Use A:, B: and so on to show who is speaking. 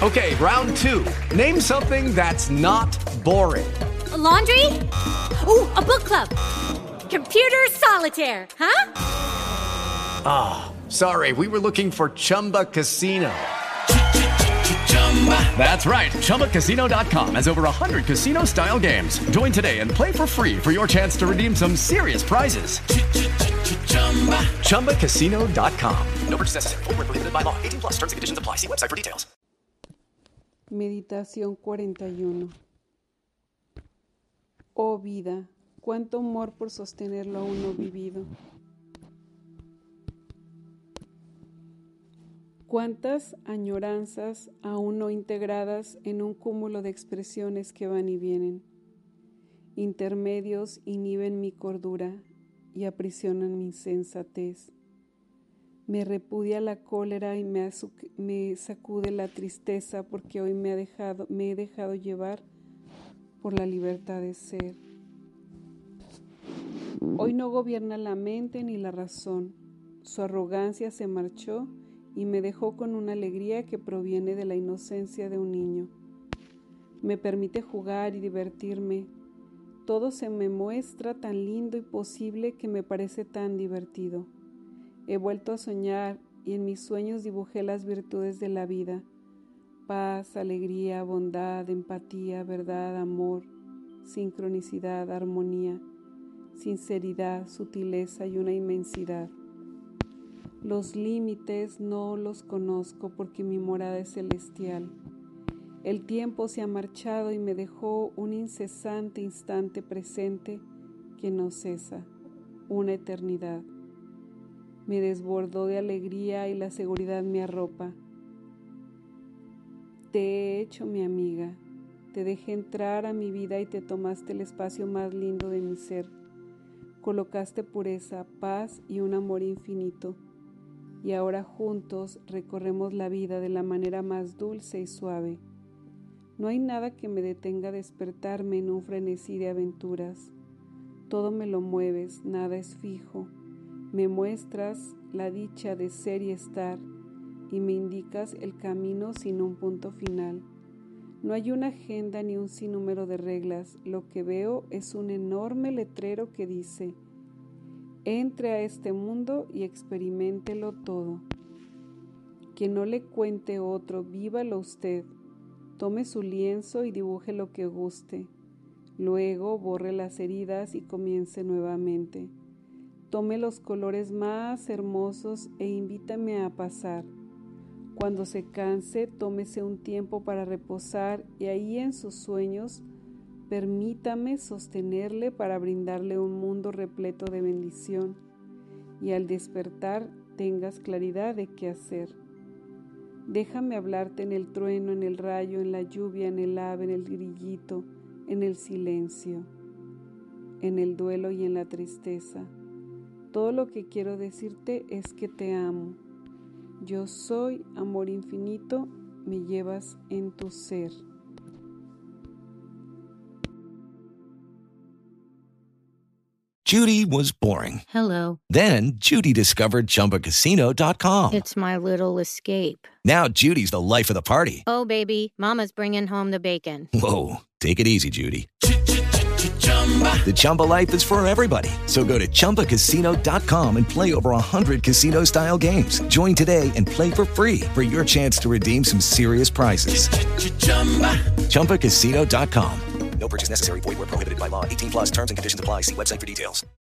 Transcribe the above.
A: Okay, round two. Name something that's not boring.
B: A laundry? Ooh, a book club. Computer solitaire, huh?
A: Ah, sorry, we were looking for Chumba Casino. That's right, ChumbaCasino.com has over 100 casino-style games. Join today and play for free for your chance to redeem some serious prizes. ChumbaCasino.com. No purchase necessary. Void where prohibited by law. 18 plus terms and conditions apply. See website for details.
C: Meditación 41. Oh vida, cuánto amor por sostener lo aún no vivido. Cuántas añoranzas aún no integradas en un cúmulo de expresiones que van y vienen. Intermedios inhiben mi cordura y aprisionan mi insensatez. Me repudia la cólera y me sacude la tristeza porque hoy me he dejado llevar por la libertad de ser. Hoy no gobierna la mente ni la razón. Su arrogancia se marchó y me dejó con una alegría que proviene de la inocencia de un niño. Me permite jugar y divertirme. Todo se me muestra tan lindo y posible que me parece tan divertido. He vuelto a soñar y en mis sueños dibujé las virtudes de la vida: paz, alegría, bondad, empatía, verdad, amor, sincronicidad, armonía, sinceridad, sutileza y una inmensidad. Los límites no los conozco porque mi morada es celestial. El tiempo se ha marchado y me dejó un incesante instante presente que no cesa, una eternidad. Me desbordó de alegría y la seguridad me arropa. Te he hecho mi amiga, te dejé entrar a mi vida y te tomaste el espacio más lindo de mi ser. Colocaste pureza, paz y un amor infinito. Y ahora juntos recorremos la vida de la manera más dulce y suave. No hay nada que me detenga a despertarme en un frenesí de aventuras. Todo me lo mueves, nada es fijo. Me muestras la dicha de ser y estar, y me indicas el camino sin un punto final. No hay una agenda ni un sinnúmero de reglas. Lo que veo es un enorme letrero que dice: entre a este mundo y experiméntelo todo. Que no le cuente otro, vívalo usted. Tome su lienzo y dibuje lo que guste. Luego borre las heridas y comience nuevamente. Tome los colores más hermosos e invítame a pasar. Cuando se canse, tómese un tiempo para reposar y ahí en sus sueños permítame sostenerle para brindarle un mundo repleto de bendición y al despertar tengas claridad de qué hacer. Déjame hablarte en el trueno, en el rayo, en la lluvia, en el ave, en el grillito, en el silencio, en el duelo y en la tristeza. Todo lo que quiero decirte es que te amo. Yo soy amor infinito, me llevas en tu ser.
D: Judy was boring.
E: Hello.
D: Then Judy discovered ChumbaCasino.com.
E: It's my little escape.
D: Now Judy's the life of the party.
E: Oh, baby, mama's bringing home the bacon.
D: Whoa, take it easy, Judy. The Chumba life is for everybody. So go to ChumbaCasino.com and play over 100 casino-style games. Join today and play for free for your chance to redeem some serious prizes. ChumbaCasino.com.
A: No purchase necessary. Void where prohibited by law. 18 plus terms and conditions apply. See website for details.